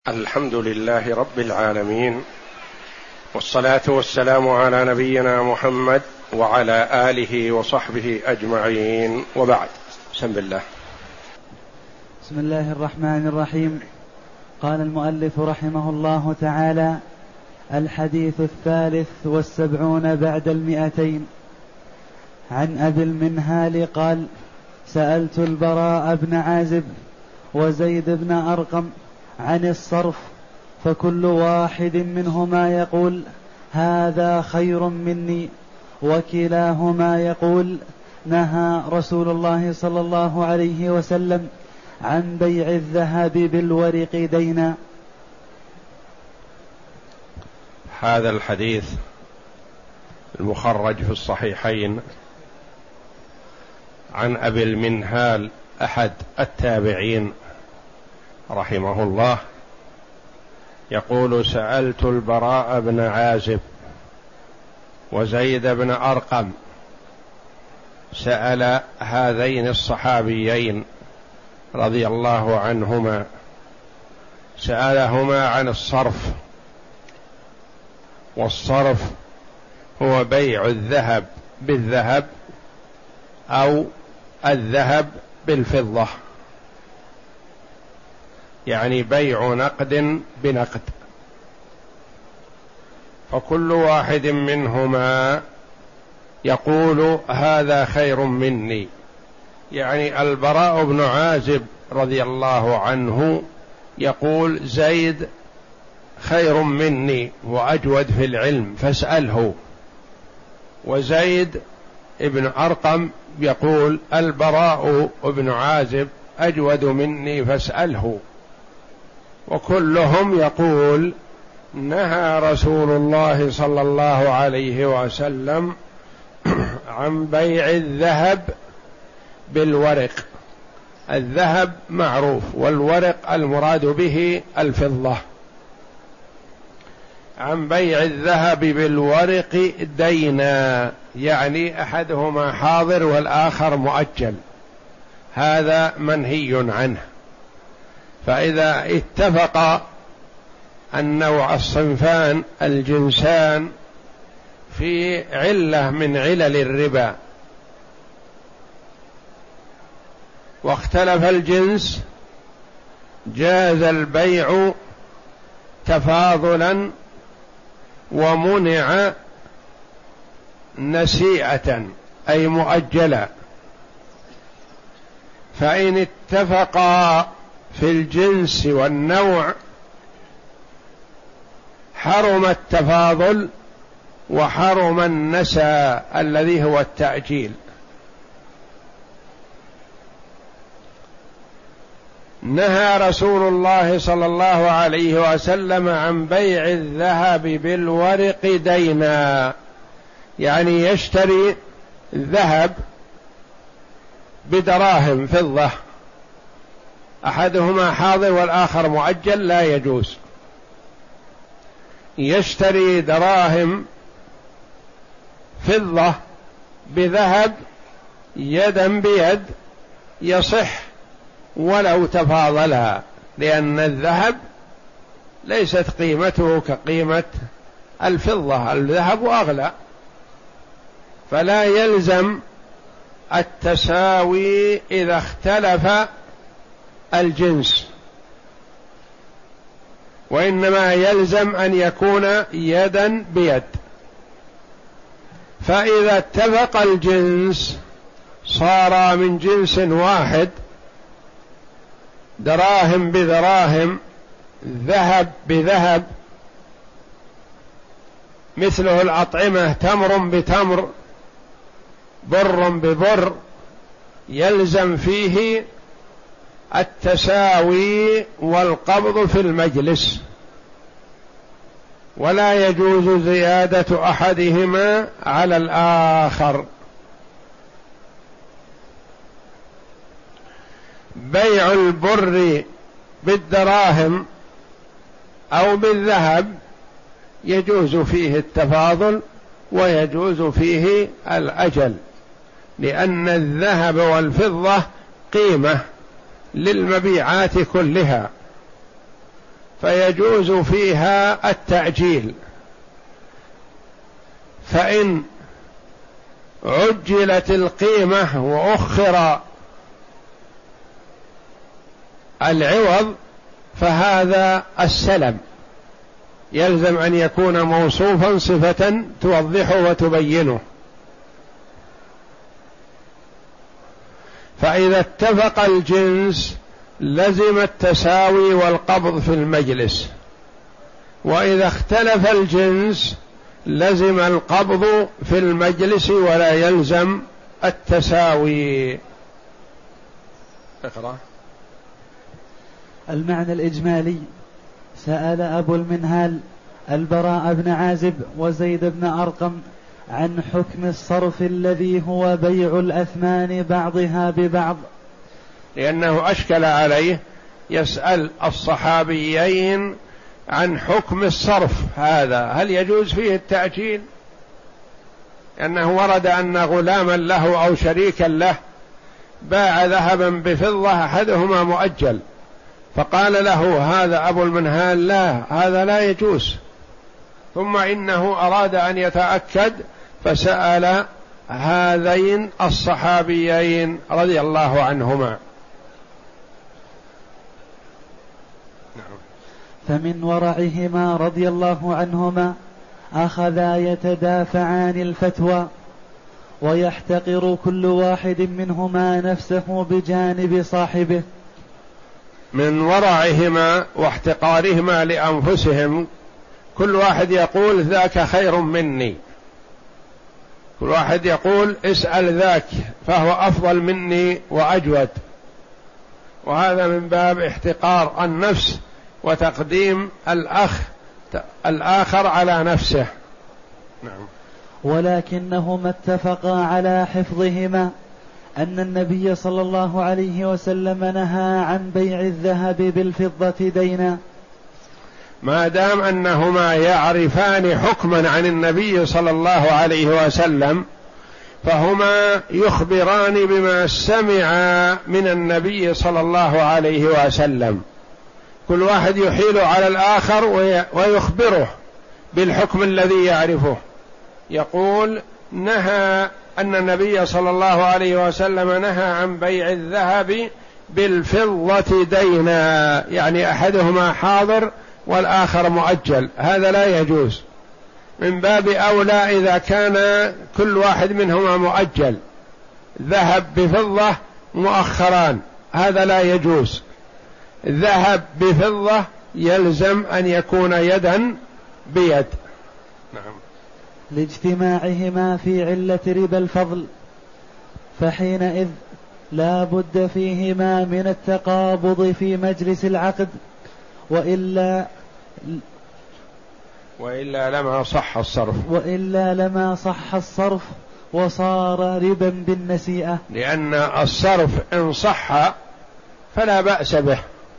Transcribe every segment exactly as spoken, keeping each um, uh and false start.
الحمد لله رب العالمين، والصلاة والسلام على نبينا محمد وعلى آله وصحبه أجمعين، وبعد. بسم الله. بسم الله الرحمن الرحيم. قال المؤلف رحمه الله تعالى: الحديث الثالث والسبعون بعد المئتين. عن أبي المنهال قال: سألت البراء بن عازب وزيد بن أرقم عن الصرف، فكل واحد منهما يقول: هذا خير مني، وكلاهما يقول: نهى رسول الله صلى الله عليه وسلم عن بيع الذهب بالورق دينا. هذا الحديث المخرج في الصحيحين عن أبي المنهال أحد التابعين رحمه الله، يقول: سألت البراء بن عازب وزيد بن أرقم. سأل هذين الصحابيين رضي الله عنهما، سألهما عن الصرف، والصرف هو بيع الذهب بالذهب أو الذهب بالفضة، يعني بيع نقد بنقد. فكل واحد منهما يقول: هذا خير مني، يعني البراء بن عازب رضي الله عنه يقول: زيد خير مني وأجود في العلم فاسأله. وزيد ابن أرقم يقول: البراء بن عازب أجود مني فاسأله. وكلهم يقول: نهى رسول الله صلى الله عليه وسلم عن بيع الذهب بالورق. الذهب معروف، والورق المراد به الفضة. عن بيع الذهب بالورق دينا، يعني أحدهما حاضر والآخر مؤجل، هذا منهي عنه. فإذا اتفق النوع الصنفان الجنسان في علة من علل الربا واختلف الجنس، جاز البيع تفاضلا ومنع نسيئة أي مؤجلا. فإن اتفقا في الجنس والنوع حرم التفاضل وحرم النسى الذي هو التأجيل. نهى رسول الله صلى الله عليه وسلم عن بيع الذهب بالورق دينا، يعني يشتري ذهب بدراهم فضة، أحدهما حاضر والآخر مؤجل، لا يجوز. يشتري دراهم فضة بذهب يدا بيد يصح ولو تفاضلا، لأن الذهب ليست قيمته كقيمة الفضة، الذهب أغلى، فلا يلزم التساوي إذا اختلف الجنس، وإنما يلزم أن يكون يدا بيد. فإذا اتفق الجنس صار من جنس واحد، دراهم بدراهم، ذهب بذهب، مثله الأطعمة، تمر بتمر، بر ببر، يلزم فيه التساوي والقبض في المجلس، ولا يجوز زيادة أحدهما على الآخر. بيع البر بالدراهم أو بالذهب يجوز فيه التفاضل ويجوز فيه الأجل، لأن الذهب والفضة قيمة للمبيعات كلها، فيجوز فيها التعجيل، فإن عجلت القيمة وأخر العوض فهذا السلم، يلزم أن يكون موصوفا صفة توضحه وتبينه. فإذا اتفق الجنس لزم التساوي والقبض في المجلس، وإذا اختلف الجنس لزم القبض في المجلس ولا يلزم التساوي. اقرأ. المعنى الإجمالي: سأل أبو المنهال البراء بن عازب وزيد بن أرقم عن حكم الصرف الذي هو بيع الأثمان بعضها ببعض، لأنه أشكل عليه يسأل الصحابيين عن حكم الصرف هذا، هل يجوز فيه التأجيل؟ لأنه ورد أن غلاما له أو شريكا له باع ذهبا بفضة أحدهما مؤجل، فقال له هذا أبو المنهال لا، هذا لا يجوز، ثم إنه أراد أن يتأكد فسأل هذين الصحابيين رضي الله عنهما. فمن ورعهما رضي الله عنهما أخذا يتدافعان الفتوى، ويحتقر كل واحد منهما نفسه بجانب صاحبه. من ورعهما واحتقارهما لأنفسهم، كل واحد يقول ذاك خير مني، كل واحد يقول اسأل ذاك فهو أفضل مني وأجود، وهذا من باب احتقار النفس وتقديم الأخ الآخر على نفسه. نعم. ولكنهما اتفقا على حفظهما، أن النبي صلى الله عليه وسلم نهى عن بيع الذهب بالفضة دينا. ما دام أنهما يعرفان حكما عن النبي صلى الله عليه وسلم فهما يخبران بما سمع من النبي صلى الله عليه وسلم، كل واحد يحيل على الآخر ويخبره بالحكم الذي يعرفه، يقول نهى أن النبي صلى الله عليه وسلم نهى عن بيع الذهب بالفضة دينا، يعني أحدهما حاضر والآخر مؤجل، هذا لا يجوز. من باب أولى إذا كان كل واحد منهما مؤجل، ذهب بفضة مؤخران، هذا لا يجوز. ذهب بفضة يلزم أن يكون يدا بيد. نعم. لاجتماعهما في علة ربا الفضل، فحينئذ لا بد فيهما من التقابض في مجلس العقد، وإلا وإلا لما صح الصرف وإلا لما صح الصرف وصار ربا بالنسيئة، لأن الصرف إن صح فلا بأس به،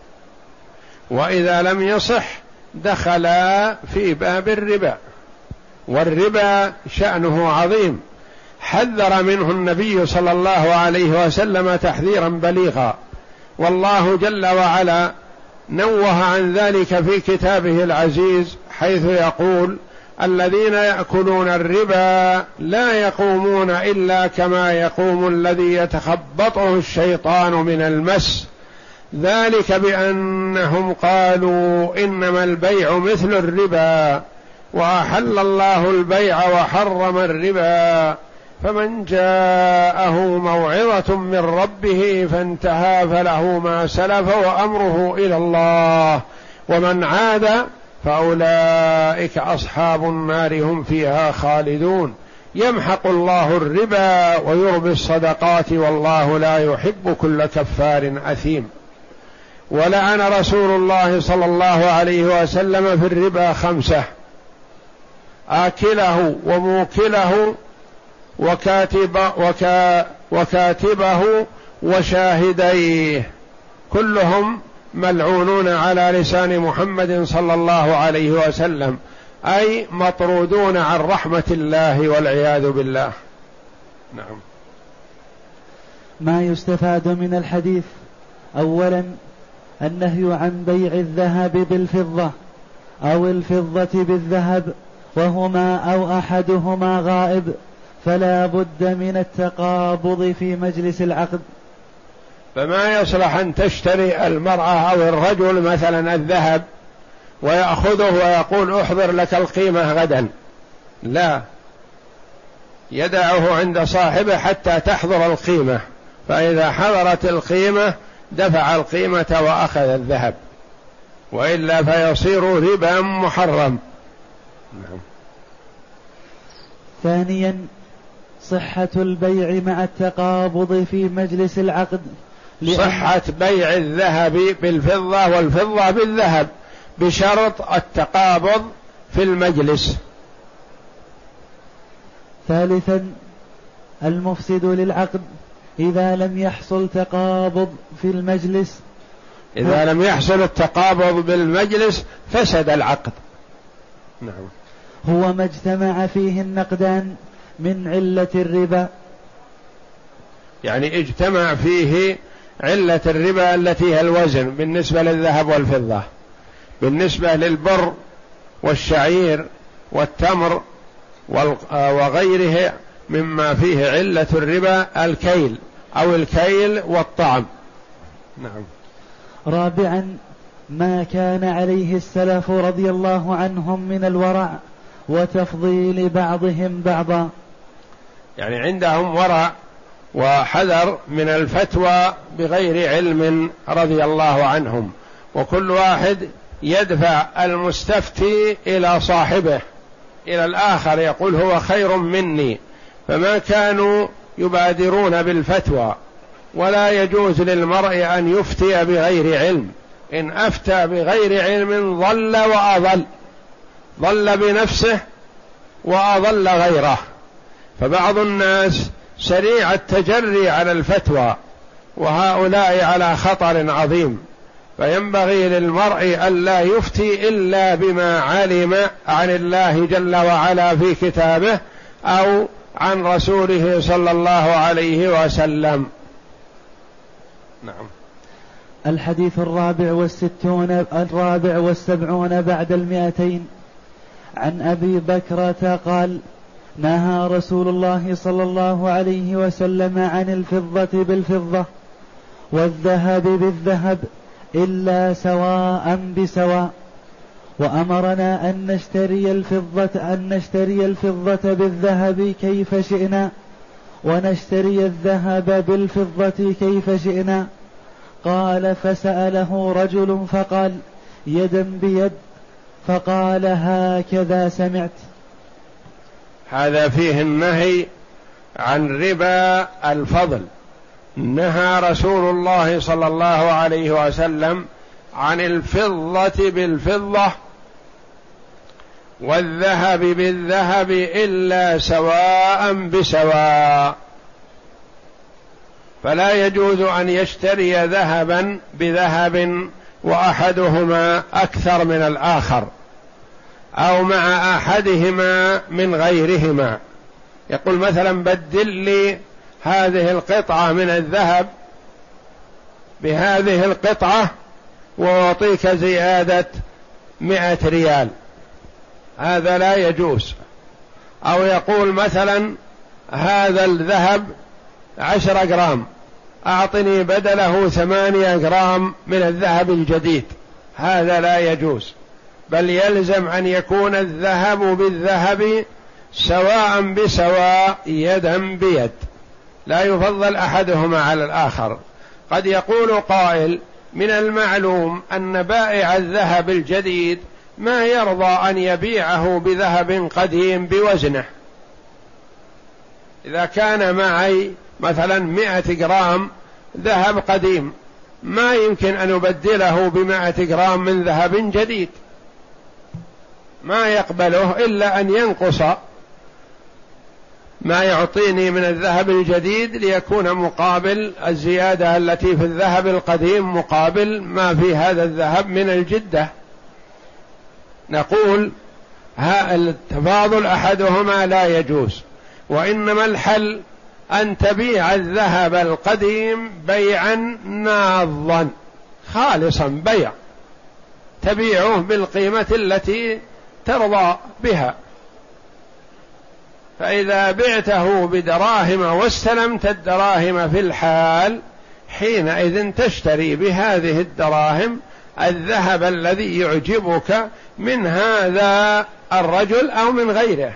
وإذا لم يصح دخل في باب الربا، والربا شأنه عظيم، حذر منه النبي صلى الله عليه وسلم تحذيرا بليغا، والله جل وعلا نوه عن ذلك في كتابه العزيز حيث يقول الذين يأكلون الربا لا يقومون إلا كما يقوم الذي يتخبطه الشيطان من المس، ذلك بأنهم قالوا إنما البيع مثل الربا وأحل الله البيع وحرم الربا، فمن جاءه موعظة من ربه فانتهى فله ما سلف وأمره إلى الله ومن عاد فأولئك أصحاب النار هم فيها خالدون، يمحق الله الربا ويربي الصدقات والله لا يحب كل كفار أثيم. ولعن رسول الله صلى الله عليه وسلم في الربا خمسة: آكله وموكله وكاتب وكا وكاتبه وشاهديه، كلهم ملعونون على لسان محمد صلى الله عليه وسلم، أي مطرودون عن رحمة الله والعياذ بالله. نعم. ما يستفاد من الحديث: أولا النهي عن بيع الذهب بالفضة أو الفضة بالذهب وهما أو أحدهما غائب، فلا بد من التقابض في مجلس العقد. فما يصلح أن تشتري المرأة أو الرجل مثلا الذهب ويأخذه ويقول أحضر لك القيمة غدا، لا، يدعه عند صاحبه حتى تحضر القيمة، فإذا حضرت القيمة دفع القيمة وأخذ الذهب، وإلا فيصير ربا محرم. نعم. ثانيا صحة البيع مع التقابض في مجلس العقد. صحة بيع الذهب بالفضة والفضة بالذهب بشرط التقابض في المجلس. ثالثا المفسد للعقد إذا لم يحصل تقابض في المجلس، إذا لم يحصل التقابض بالمجلس فسد العقد. نعم. هو ما اجتمع فيه النقدان من علة الربا، يعني اجتمع فيه علة الربا التي هي الوزن بالنسبة للذهب والفضة، بالنسبة للبر والشعير والتمر وغيره مما فيه علة الربا الكيل أو الكيل والطعم. نعم. رابعا ما كان عليه السلف رضي الله عنهم من الورع وتفضيل بعضهم بعضا، يعني عندهم ورع وحذر من الفتوى بغير علم رضي الله عنهم، وكل واحد يدفع المستفتي إلى صاحبه إلى الآخر يقول هو خير مني، فما كانوا يبادرون بالفتوى. ولا يجوز للمرء أن يفتي بغير علم، إن أفتى بغير علم ضل وأضل، ضل بنفسه وأضل غيره. فبعض الناس سريع التجري على الفتوى، وهؤلاء على خطر عظيم، فينبغي للمرء ألا يفتي إلا بما علم عن الله جل وعلا في كتابه أو عن رسوله صلى الله عليه وسلم. نعم. الحديث الرابع والستون الرابع والسبعون بعد المئتين عن أبي بكرة قال: نهى رسول الله صلى الله عليه وسلم عن الفضة بالفضة والذهب بالذهب إلا سواء بسواء، وأمرنا أن نشتري الفضة أن نشتري الفضة بالذهب كيف شئنا ونشتري الذهب بالفضة كيف شئنا. قال: فسأله رجل فقال: يدا بيد؟ فقال: هكذا سمعت. هذا فيه النهي عن ربا الفضل. نهى رسول الله صلى الله عليه وسلم عن الفضة بالفضة والذهب بالذهب إلا سواء بسواء، فلا يجوز أن يشتري ذهبا بذهب وأحدهما أكثر من الآخر أو مع أحدهما من غيرهما. يقول مثلا: بدل لي هذه القطعة من الذهب بهذه القطعة وأعطيك زيادة مئة ريال، هذا لا يجوز. أو يقول مثلا: هذا الذهب عشرة جرام، أعطني بدله ثمانية جرام من الذهب الجديد، هذا لا يجوز، بل يلزم أن يكون الذهب بالذهب سواء بسواء يدا بيد، لا يفضل أحدهما على الآخر. قد يقول قائل: من المعلوم أن بائع الذهب الجديد ما يرضى أن يبيعه بذهب قديم بوزنه. إذا كان معي مثلا مئة جرام ذهب قديم، ما يمكن أن أبدله بمئة جرام من ذهب جديد، ما يقبله إلا أن ينقص ما يعطيني من الذهب الجديد ليكون مقابل الزيادة التي في الذهب القديم مقابل ما في هذا الذهب من الجدة. نقول ها التفاضل أحدهما لا يجوز، وإنما الحل أن تبيع الذهب القديم بيعا ناظا خالصا بيع، تبيعه بالقيمة التي ترضى بها. فإذا بعته بدراهم واستلمت الدراهم في الحال، حينئذ تشتري بهذه الدراهم الذهب الذي يعجبك من هذا الرجل أو من غيره.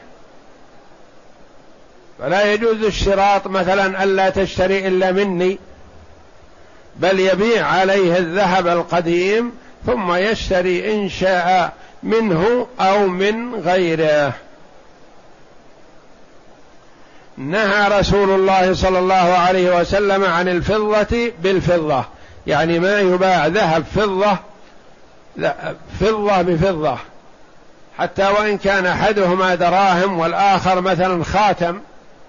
فلا يجوز الشراط مثلا ألا تشتري إلا مني، بل يبيع عليه الذهب القديم ثم يشتري إن شاء منه أو من غيره. نهى رسول الله صلى الله عليه وسلم عن الفضة بالفضة، يعني ما يباع ذهب فضة فضة بفضة، حتى وإن كان أحدهما دراهم والآخر مثلا خاتم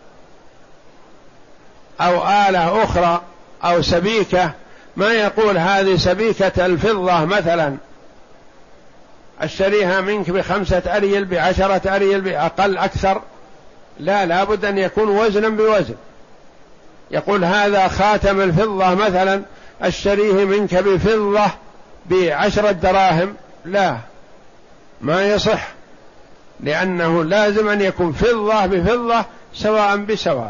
أو آلة أخرى أو سبيكة، ما يقول هذه سبيكة الفضة مثلا أشتريها منك بخمسة أريل بعشرة أريل بأقل أكثر، لا، لابد أن يكون وزنا بوزن. يقول هذا خاتم الفضة مثلا أشتريه منك بفضة بعشرة دراهم، لا، ما يصح، لأنه لازم أن يكون فضة بفضة سواء بسواء.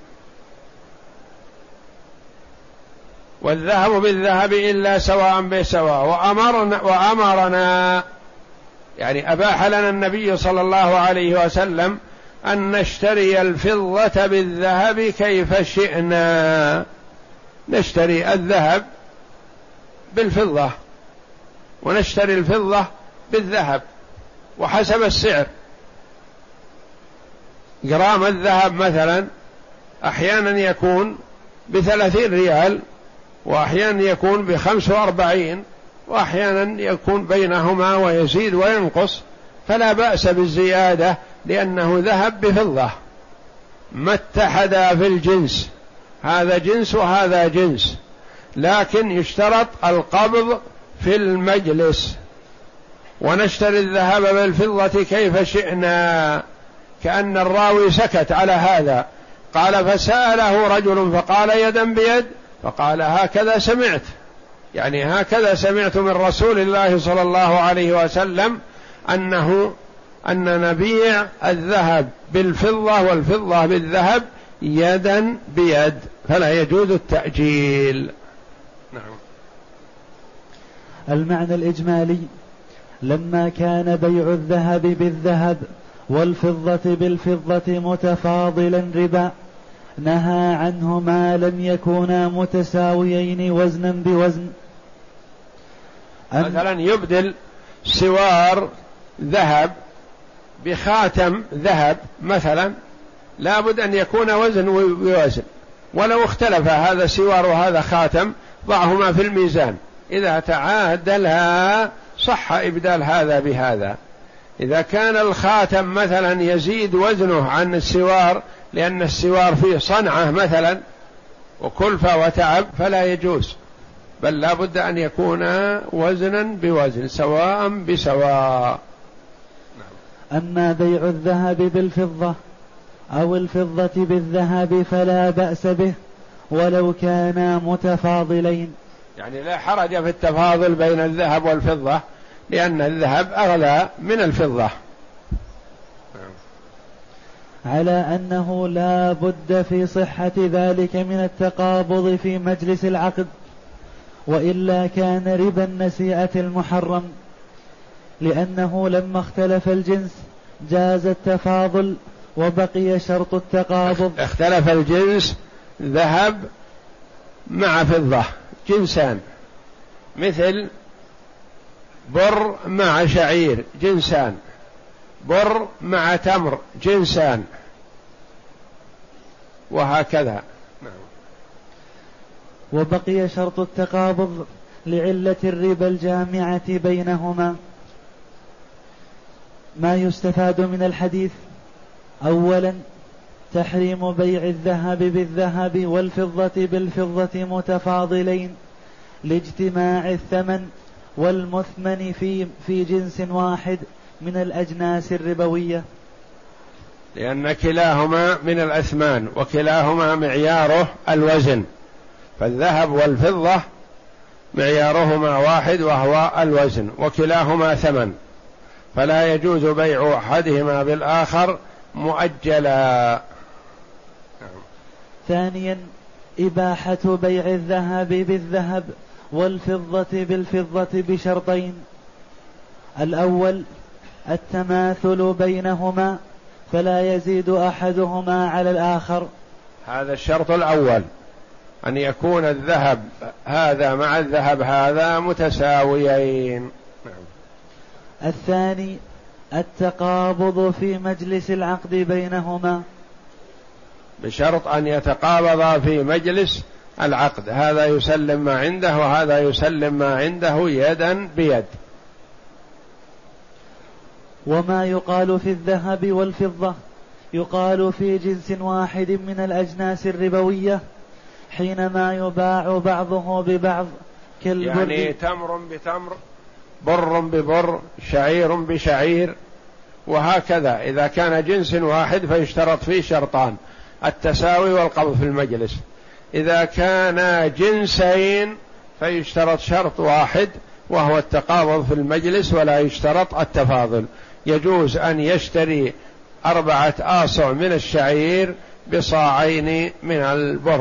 والذهب بالذهب إلا سواء بسواء. وأمرنا, وأمرنا يعني أباح لنا النبي صلى الله عليه وسلم أن نشتري الفضة بالذهب كيف شئنا، نشتري الذهب بالفضة ونشتري الفضة بالذهب وحسب السعر. جرام الذهب مثلا أحيانا يكون بثلاثين ريال، وأحيانا يكون بخمس وأربعين، وأحيانا يكون بينهما ويزيد وينقص، فلا بأس بالزيادة لأنه ذهب بفضة، ما اتحدا في الجنس، هذا جنس وهذا جنس، لكن يشترط القبض في المجلس. ونشتري الذهب بالفضة كيف شئنا، كأن الراوي سكت على هذا، قال فسأله رجل فقال يدا بيد، فقال هكذا سمعت، يعني هكذا سمعت من رسول الله صلى الله عليه وسلم أنه أن نبيع الذهب بالفضة والفضة بالذهب يدا بيد، فلا يجوز التأجيل. نعم. المعنى الإجمالي: لما كان بيع الذهب بالذهب والفضة بالفضة متفاضلا ربا، نهى عنه ما لم يكونا متساويين وزنا بوزن. مثلا يبدل سوار ذهب بخاتم ذهب مثلا، لابد أن يكون وزن بوزن، ولو اختلف هذا سوار وهذا خاتم ضعهما في الميزان، إذا تعادلها صح إبدال هذا بهذا. إذا كان الخاتم مثلا يزيد وزنه عن السوار لأن السوار فيه صنعة مثلا وكلفة وتعب فلا يجوز، بل لا بد أن يكون وزنا بوزن سواء بسواء. أما بيع الذهب بالفضة أو الفضة بالذهب فلا بأس به ولو كانا متفاضلين، يعني لا حرج في التفاضل بين الذهب والفضة، لأن الذهب أغلى من الفضة. على أنه لا بد في صحة ذلك من التقابض في مجلس العقد، وإلا كان ربا النسيئة المحرم، لأنه لما اختلف الجنس جاز التفاضل وبقي شرط التقابض. اختلف الجنس ذهب مع فضة جنسان، مثل بر مع شعير جنسان، بر مع تمر جنسان، وهكذا. وبقي شرط التقابض لعلة الربا الجامعة بينهما. ما يستفاد من الحديث: أولا تحريم بيع الذهب بالذهب والفضة بالفضة متفاضلين لاجتماع الثمن والمثمن في في جنس واحد من الأجناس الربوية، لأن كلاهما من الأثمان وكلاهما معياره الوزن، فالذهب والفضة معيارهما واحد وهو الوزن، وكلاهما ثمن، فلا يجوز بيع أحدهما بالآخر مؤجلا. ثانيا إباحة بيع الذهب بالذهب والفضة بالفضة بشرطين: الأول التماثل بينهما فلا يزيد أحدهما على الآخر، هذا الشرط الأول، أن يكون الذهب هذا مع الذهب هذا متساويين. الثاني التقابض في مجلس العقد بينهما، بشرط أن يتقابضا في مجلس العقد، هذا يسلم ما عنده وهذا يسلم ما عنده يدا بيد. وما يقال في الذهب والفضة يقال في جنس واحد من الأجناس الربوية حينما يباع بعضه ببعض كالبر، يعني تمر بتمر، بر ببر، شعير بشعير، وهكذا. إذا كان جنس واحد فيشترط فيه شرطان: التساوي والقبض في المجلس. إذا كان جنسين فيشترط شرط واحد وهو التقابض في المجلس، ولا يشترط التفاضل. يجوز أن يشتري أربعة آصع من الشعير بصاعين من البر.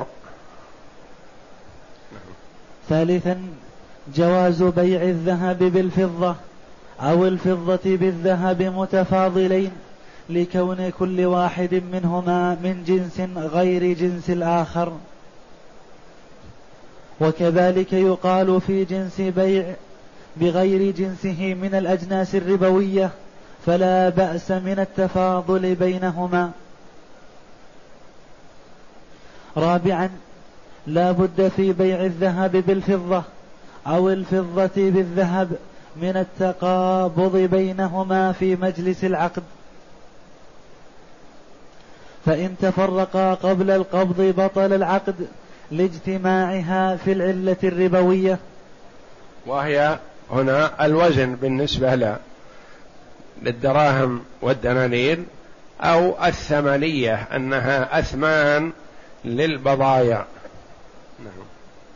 ثالثا جواز بيع الذهب بالفضة أو الفضة بالذهب متفاضلين لكون كل واحد منهما من جنس غير جنس الآخر. وكذلك يقال في جنس بيع بغير جنسه من الأجناس الربوية فلا بأس من التفاضل بينهما. رابعا لا بد في بيع الذهب بالفضة أو الفضة بالذهب من التقابض بينهما في مجلس العقد، فإن تفرقا قبل القبض بطل العقد لاجتماعها في العلة الربوية، وهي هنا الوزن بالنسبة له للدراهم والدنانير، أو الثمنية أنها أثمان للبضائع. نعم.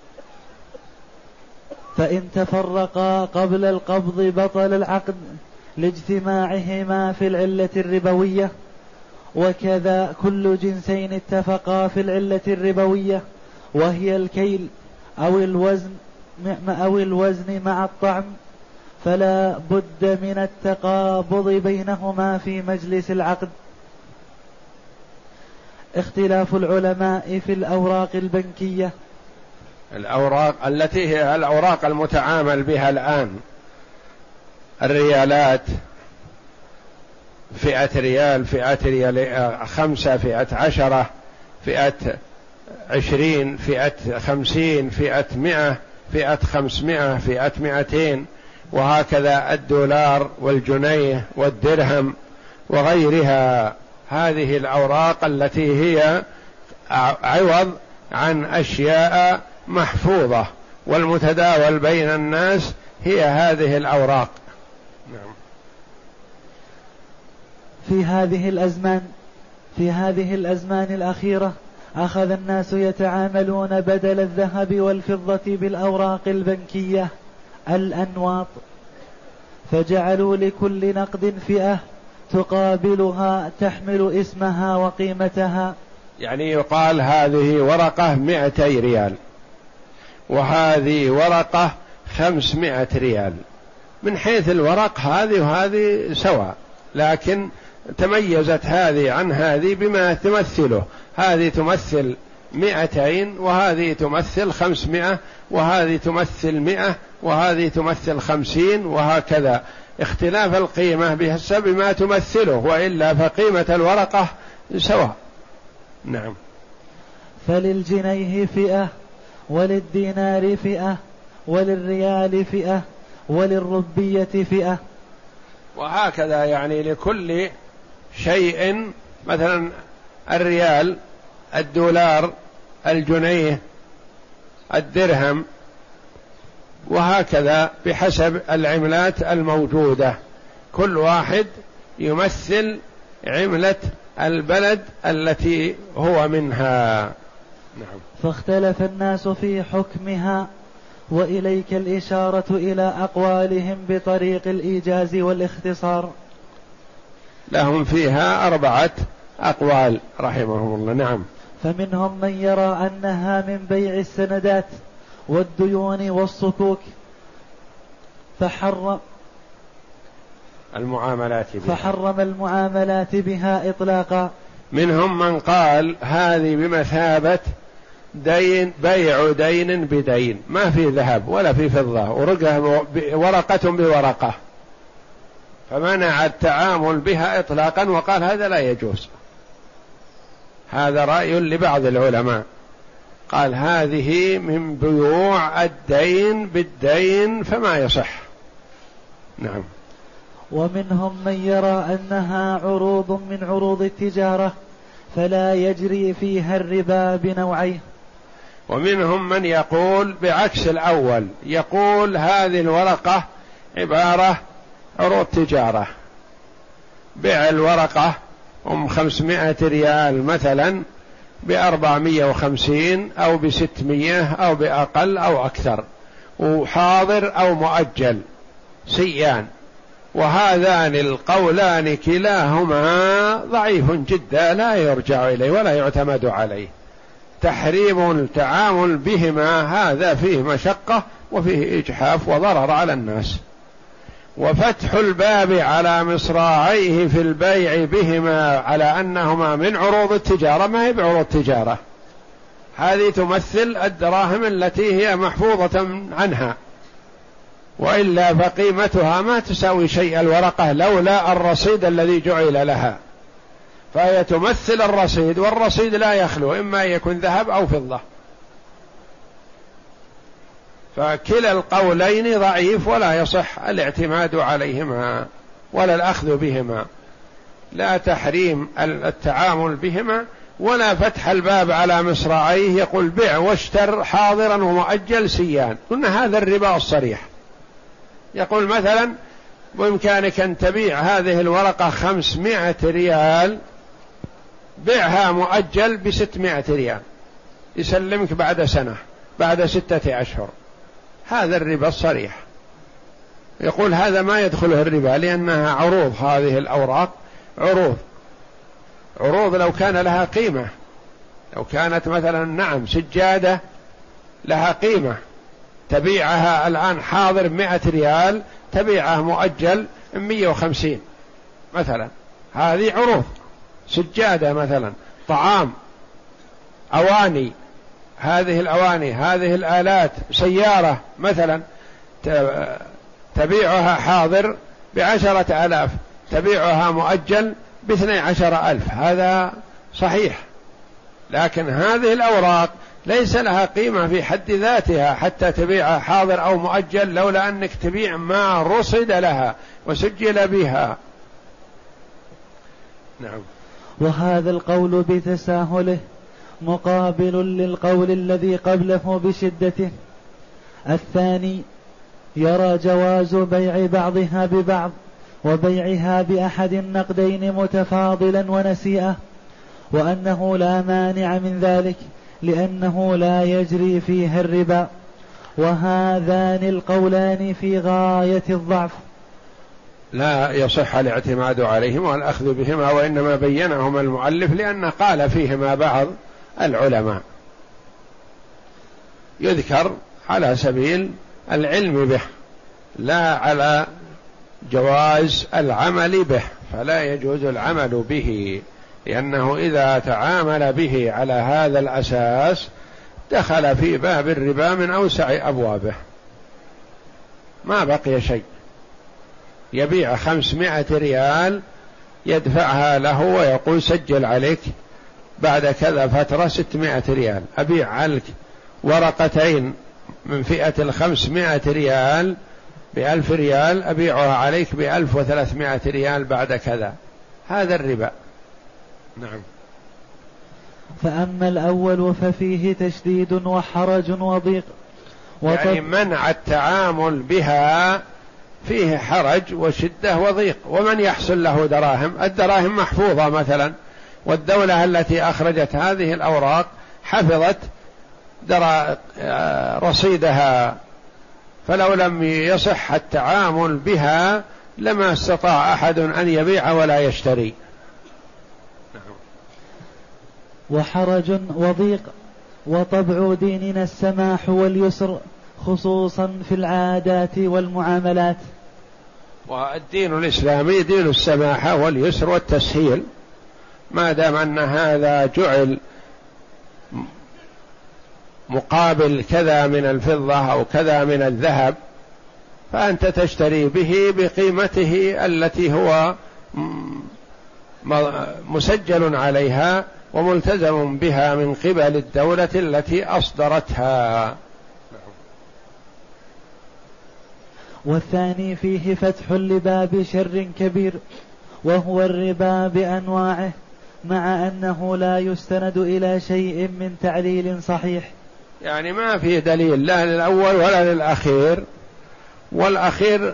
فإن تفرقا قبل القبض بطل العقد لاجتماعهما في العلة الربوية، وكذا كل جنسين اتفقا في العلة الربوية وهي الكيل أو الوزن أو الوزن مع الطعم، فلا بد من التقابض بينهما في مجلس العقد. اختلاف العلماء في الأوراق البنكية، الأوراق التي هي الأوراق المتعامل بها الآن، الريالات، فئة ريال، فئة ريال خمسة، فئة عشرة، فئة عشرين، فئة خمسين، فئة مئة، فئة خمسمائة، فئة مئتين، وهكذا الدولار والجنيه والدرهم وغيرها. هذه الأوراق التي هي عوض عن أشياء محفوظة والمتداول بين الناس هي هذه الأوراق. نعم. في هذه الأزمان في هذه الأزمان الأخيرة أخذ الناس يتعاملون بدل الذهب والفضة بالأوراق البنكية الأنواط، فجعلوا لكل نقد فئة تقابلها تحمل اسمها وقيمتها. يعني يقال هذه ورقة مئتي ريال وهذه ورقة خمسمائة ريال، من حيث الورق هذه وهذه سواء، لكن تميزت هذه عن هذه بما تمثله، هذه تمثل مئتين وهذه تمثل خمسمائة وهذه تمثل مئة وهذه تمثل خمسين، وهكذا اختلاف القيمة بحسب ما تمثله، وإلا فقيمة الورقة سواء. نعم. فللجنيه فئة وللدينار فئة وللريال فئة وللربية فئة، وهكذا يعني لكل شيء، مثلا الريال، الدولار، الجنيه، الدرهم، وهكذا بحسب العملات الموجودة، كل واحد يمثل عملة البلد التي هو منها. نعم. فاختلف الناس في حكمها وإليك الإشارة إلى أقوالهم بطريق الإيجاز والاختصار. لهم فيها أربعة أقوال رحمهم الله. نعم. فمنهم من يرى أنها من بيع السندات والديون والصكوك فحرم المعاملات بها فحرم المعاملات بها إطلاقا. منهم من قال هذه بمثابة دين، بيع دين بدين، ما في ذهب ولا في فضة، ورقة بورقة، فمنع التعامل بها إطلاقا وقال هذا لا يجوز. هذا رأي لبعض العلماء، قال هذه من بيوع الدين بالدين فما يصح. نعم. ومنهم من يرى أنها عروض من عروض التجارة فلا يجري فيها الربا بنوعيه. ومنهم من يقول بعكس الأول، يقول هذه الورقة عبارة عروض تجارة، بيع الورقة أم خمسمائة ريال مثلا بأربعمائة وخمسين أو بستمائة أو بأقل أو أكثر، وحاضر أو مؤجل سيان، وهذان القولان كلاهما ضعيف جدا لا يرجع إليه ولا يعتمد عليه. تحريم التعامل بهما هذا فيه مشقة وفيه إجحاف وضرر على الناس، وفتح الباب على مصراعيه في البيع بهما على أنهما من عروض التجارة ما هي بعروض التجارة، هذه تمثل الدراهم التي هي محفوظة عنها، وإلا فقيمتها ما تساوي شيء الورقة لولا الرصيد الذي جعل لها، فهي تمثل الرصيد، والرصيد لا يخلو إما يكون ذهب أو فضة، فكلا القولين ضعيف ولا يصح الاعتماد عليهما ولا الأخذ بهما، لا تحريم التعامل بهما ولا فتح الباب على مصراعيه يقول بيع واشتر حاضرا ومؤجل سيان، قلنا هذا الربا الصريح. يقول مثلا بإمكانك أن تبيع هذه الورقة خمسمائة ريال، بيعها مؤجل بستمائة ريال، يسلمك بعد سنة بعد ستة أشهر، هذا الربا الصريح. يقول هذا ما يدخله الربا لأنها عروض، هذه الأوراق عروض، عروض لو كان لها قيمة، لو كانت مثلا نعم سجادة لها قيمة تبيعها الآن حاضر مئة ريال، تبيعها مؤجل مئة وخمسين مثلا، هذه عروض. سجادة مثلا، طعام، أواني، هذه الأواني، هذه الآلات، سيارة مثلا تبيعها حاضر بعشرة آلاف، تبيعها مؤجل باثني عشر ألف، هذا صحيح. لكن هذه الأوراق ليس لها قيمة في حد ذاتها حتى تبيعها حاضر أو مؤجل، لولا أنك تبيع ما رصد لها وسجل بها. نعم. وهذا القول بتساهله مقابل للقول الذي قبله بشدته. الثاني يرى جواز بيع بعضها ببعض وبيعها بأحد النقدين متفاضلا ونسيئة، وأنه لا مانع من ذلك لأنه لا يجري فيها الربا، وهذان القولان في غاية الضعف، لا يصح الاعتماد عليهما والأخذ بهما، وإنما بينهما المؤلف لأن قال فيهما بعض العلماء، يذكر على سبيل العلم به لا على جواز العمل به، فلا يجوز العمل به، لأنه إذا تعامل به على هذا الأساس دخل في باب الربا من أوسع أبوابه، ما بقي شيء. يبيع خمسمائة ريال يدفعها له ويقول سجل عليك بعد كذا فترة ستمائة ريال، أبيع عليك ورقتين من فئة الخمسمائة ريال بألف ريال، أبيعها عليك بألف وثلاثمائة ريال بعد كذا، هذا الربا. نعم. فأما الأول ففيه تشديد وحرج وضيق، يعني منع التعامل بها فيه حرج وشدة وضيق. ومن يحصل له دراهم، الدراهم محفوظة مثلا، والدولة التي أخرجت هذه الأوراق حفظت درا رصيدها فلو لم يصح التعامل بها لما استطاع أحد أن يبيع ولا يشتري. وحرج وضيق. وطبع ديننا السماح واليسر خصوصا في العادات والمعاملات. والدين الإسلامي دين السماحة واليسر والتسهيل، ما دام أن هذا جعل مقابل كذا من الفضة أو كذا من الذهب فأنت تشتري به بقيمته التي هو مسجل عليها وملتزم بها من قبل الدولة التي أصدرتها. والثاني فيه فتح لباب شر كبير وهو الربا بأنواعه، مع أنه لا يستند إلى شيء من تعليل صحيح. يعني ما فيه دليل لا للأول ولا للأخير، والأخير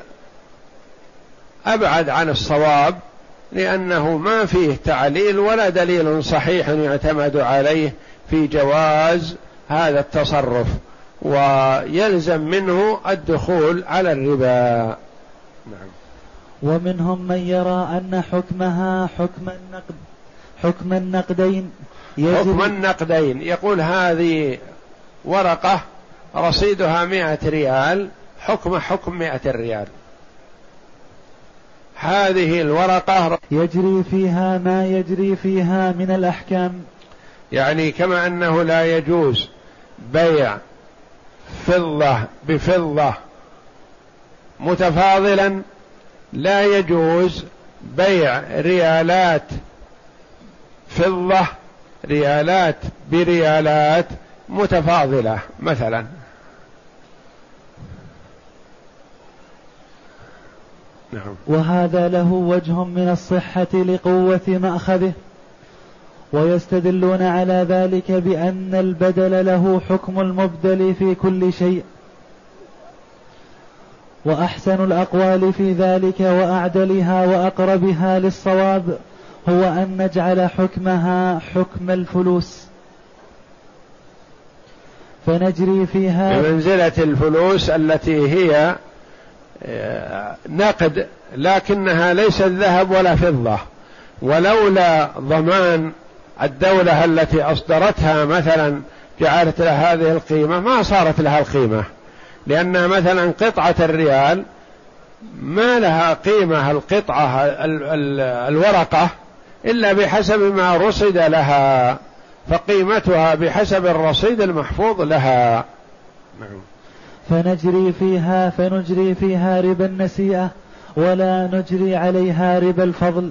أبعد عن الصواب لأنه ما فيه تعليل ولا دليل صحيح يعتمد عليه في جواز هذا التصرف، ويلزم منه الدخول على الربا. نعم. ومنهم من يرى أن حكمها حكم النقد حكم النقدين حكم النقدين يقول هذه ورقة رصيدها مئة ريال حكم حكم مئة ريال، هذه الورقة يجري فيها ما يجري فيها من الأحكام. يعني كما أنه لا يجوز بيع فضة بفضة متفاضلا، لا يجوز بيع ريالات فضة ريالات بريالات متفاضلة مثلا. نعم. وهذا له وجه من الصحة لقوة مأخذه، ويستدلون على ذلك بأن البدل له حكم المبدل في كل شيء. وأحسن الأقوال في ذلك وأعدلها وأقربها للصواب هو أن نجعل حكمها حكم الفلوس، فنجري فيها بمنزلة الفلوس التي هي نقد لكنها ليست ذهب ولا فضة، ولولا ضمان الدولة التي أصدرتها مثلا جعلت لها هذه القيمة ما صارت لها القيمة، لأن مثلا قطعة الريال ما لها قيمة القطعة الورقة إلا بحسب ما رصد لها، فقيمتها بحسب الرصيد المحفوظ لها. نعم. فنجري فيها فنجري فيها ربا النسيئة ولا نجري عليها ربا الفضل.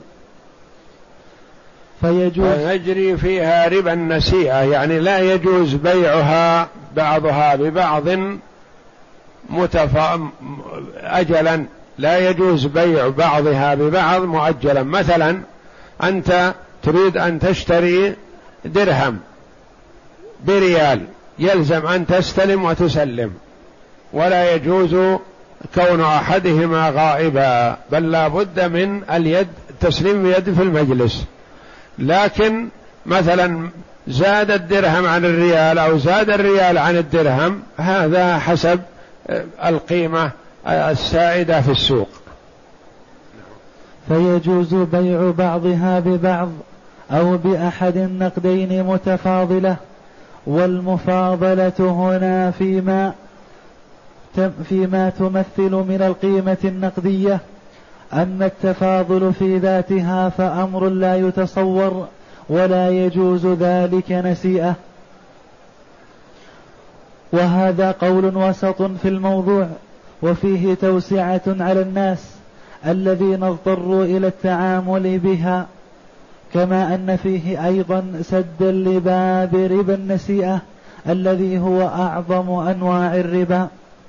فيجوز فنجري فيها ربا النسيئة يعني لا يجوز بيعها بعضها ببعض متفا... أجلا، لا يجوز بيع بعضها ببعض مؤجلا. مثلا أنت تريد أن تشتري درهم بريال، يلزم أن تستلم وتسلم، ولا يجوز كون أحدهما غائبا، بل لا بد من اليد تسليم يد في المجلس. لكن مثلا زاد الدرهم عن الريال أو زاد الريال عن الدرهم، هذا حسب القيمة السائدة في السوق. فيجوز بيع بعضها ببعض أو بأحد النقدين متفاضلة. والمفاضلة هنا فيما فيما تمثل من القيمة النقدية. أما التفاضل في ذاتها فأمر لا يتصور ولا يجوز ذلك نسيئة. وهذا قول وسط في الموضوع، وفيه توسعة على الناس الذين اضطروا إلى التعامل بها، كما أن فيه أيضا سدا لباب ربا النسيئة الذي هو أعظم أنواع الربا.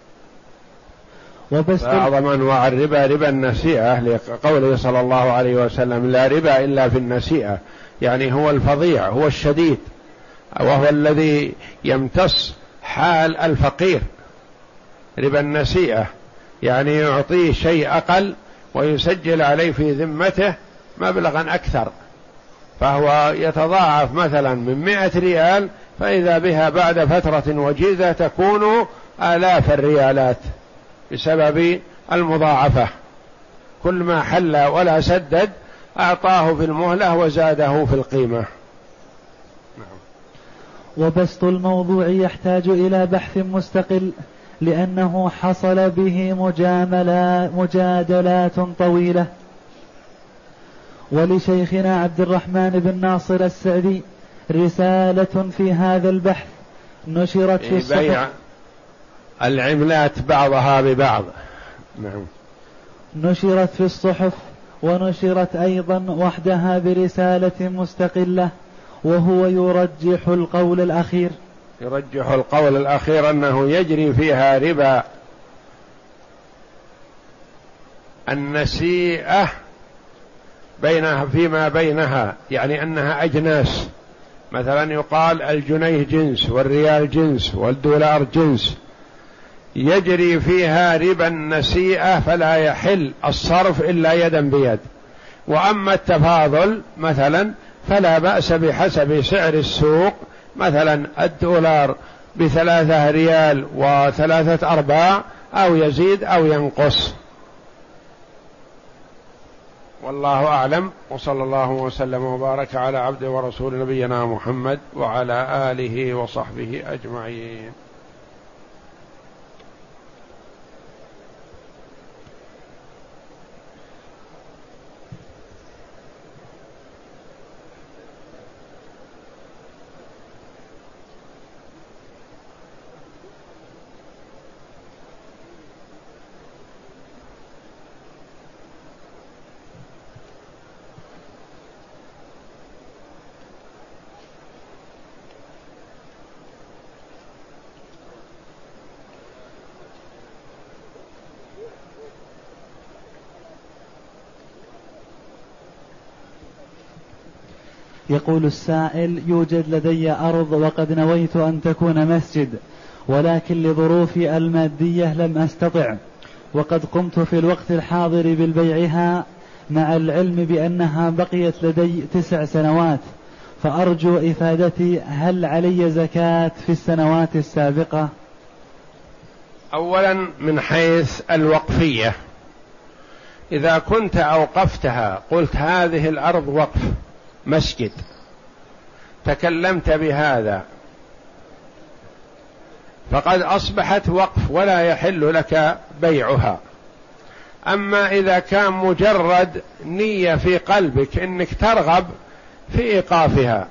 أعظم أنواع الربا ربا النسيئة، لقوله صلى الله عليه وسلم لا ربا إلا في النسيئة، يعني هو الفظيع، هو الشديد، وهو الذي يمتص حال الفقير. ربا النسيئة يعني يعطيه شيء أقل ويسجل عليه في ذمته مبلغا أكثر، فهو يتضاعف مثلا من مئة ريال فإذا بها بعد فترة وجيزة تكون آلاف الريالات بسبب المضاعفة، كل ما حل ولا سدد أعطاه في المهلة وزاده في القيمة. نعم. وبسط الموضوع يحتاج إلى بحث مستقل، لأنه حصل به مجاملات مجادلات طويلة. ولشيخنا عبد الرحمن بن ناصر السعدي رسالة في هذا البحث نشرت في الصحف. بيع العملات بعضها ببعض. نعم. نشرت في الصحف، ونشرت أيضا وحدها برسالة مستقلة، وهو يرجح القول الأخير يرجح القول الأخير أنه يجري فيها ربا النسيئة بينها فيما بينها، يعني أنها أجناس، مثلا يقال الجنيه جنس والريال جنس والدولار جنس، يجري فيها ربا النسيئة فلا يحل الصرف إلا يدا بيد. وأما التفاضل مثلا فلا بأس بحسب سعر السوق، مثلا الدولار بثلاثة ريال وثلاثة أرباع، أو يزيد أو ينقص. والله أعلم، وصلى الله وسلم وبارك على عبد ورسول نبينا محمد وعلى آله وصحبه أجمعين. يقول السائل: يوجد لدي أرض وقد نويت أن تكون مسجد، ولكن لظروفي المادية لم أستطع، وقد قمت في الوقت الحاضر بالبيعها، مع العلم بأنها بقيت لدي تسع سنوات، فأرجو إفادتي هل علي زكاة في السنوات السابقة؟ أولا من حيث الوقفية، إذا كنت أوقفتها قلت هذه الأرض وقف مسجد، تكلمت بهذا، فقد أصبحت وقف ولا يحل لك بيعها. أما إذا كان مجرد نية في قلبك إنك ترغب في إيقافها،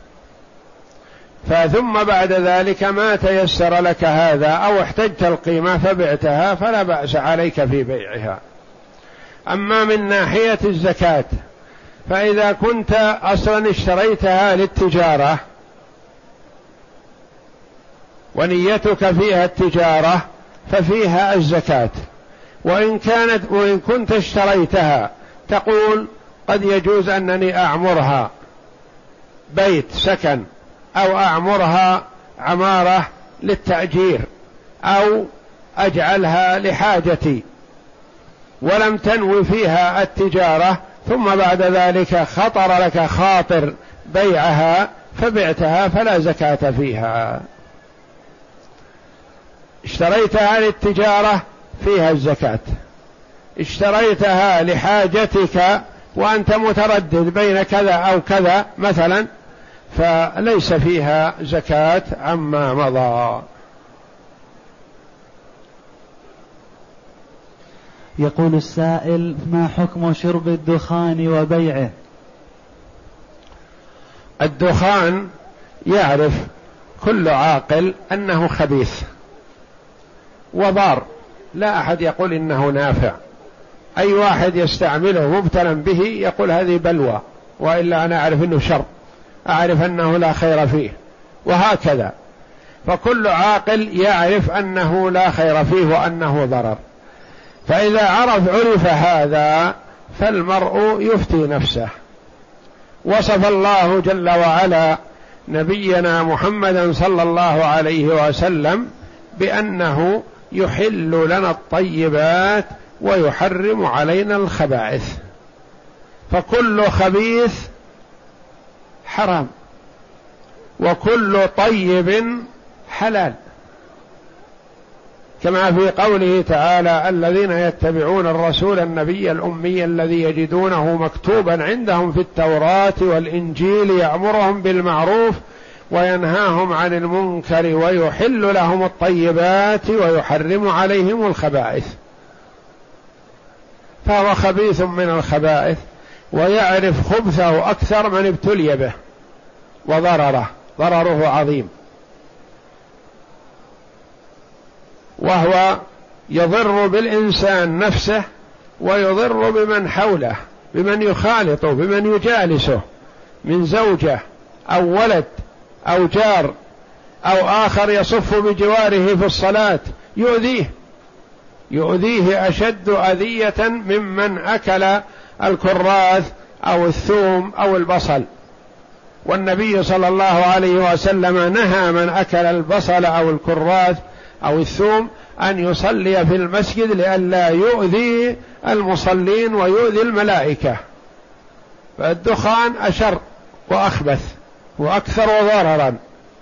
فثم بعد ذلك ما تيسر لك هذا أو احتجت القيمة فبعتها، فلا بأس عليك في بيعها. أما من ناحية الزكاة، فإذا كنت أصلا اشتريتها للتجارة ونيتك فيها التجارة ففيها الزكاة. وإن كانت وإن كنت اشتريتها تقول قد يجوز أنني أعمرها بيت سكن، أو أعمرها عمارة للتأجير، أو أجعلها لحاجتي، ولم تنوي فيها التجارة، ثم بعد ذلك خطر لك خاطر بيعها فبعتها، فلا زكاة فيها. اشتريتها للتجارة فيها الزكاة، اشتريتها لحاجتك وأنت متردد بين كذا أو كذا مثلا، فليس فيها زكاة عما مضى. يقول السائل: ما حكم شرب الدخان وبيعه؟ الدخان يعرف كل عاقل أنه خبيث وضار، لا أحد يقول إنه نافع. أي واحد يستعمله مبتلا به يقول هذه بلوى، وإلا أنا أعرف أنه شر، أعرف أنه لا خير فيه، وهكذا. فكل عاقل يعرف أنه لا خير فيه وأنه ضرر. فإذا عرف عرف هذا فالمرء يفتي نفسه. وصف الله جل وعلا نبينا محمدا صلى الله عليه وسلم بأنه يحل لنا الطيبات ويحرم علينا الخبائث، فكل خبيث حرام وكل طيب حلال. كما في قوله تعالى: الذين يتبعون الرسول النبي الأمي الذي يجدونه مكتوبا عندهم في التوراة والإنجيل يأمرهم بالمعروف وينهاهم عن المنكر ويحل لهم الطيبات ويحرم عليهم الخبائث. فهو خبيث من الخبائث ويعرف خبثه أكثر من ابتلي به، وضرره ضرره عظيم، وهو يضر بالإنسان نفسه ويضر بمن حوله، بمن يخالطه، بمن يجالسه من زوجة أو ولد أو جار أو آخر يصف بجواره في الصلاة، يؤذيه يؤذيه أشد أذية ممن أكل الكراث أو الثوم أو البصل. والنبي صلى الله عليه وسلم نهى من أكل البصل أو الكراث أو الثوم أن يصلي في المسجد لئلا يؤذي المصلين ويؤذي الملائكة، فالدخان أشر وأخبث وأكثر ضررا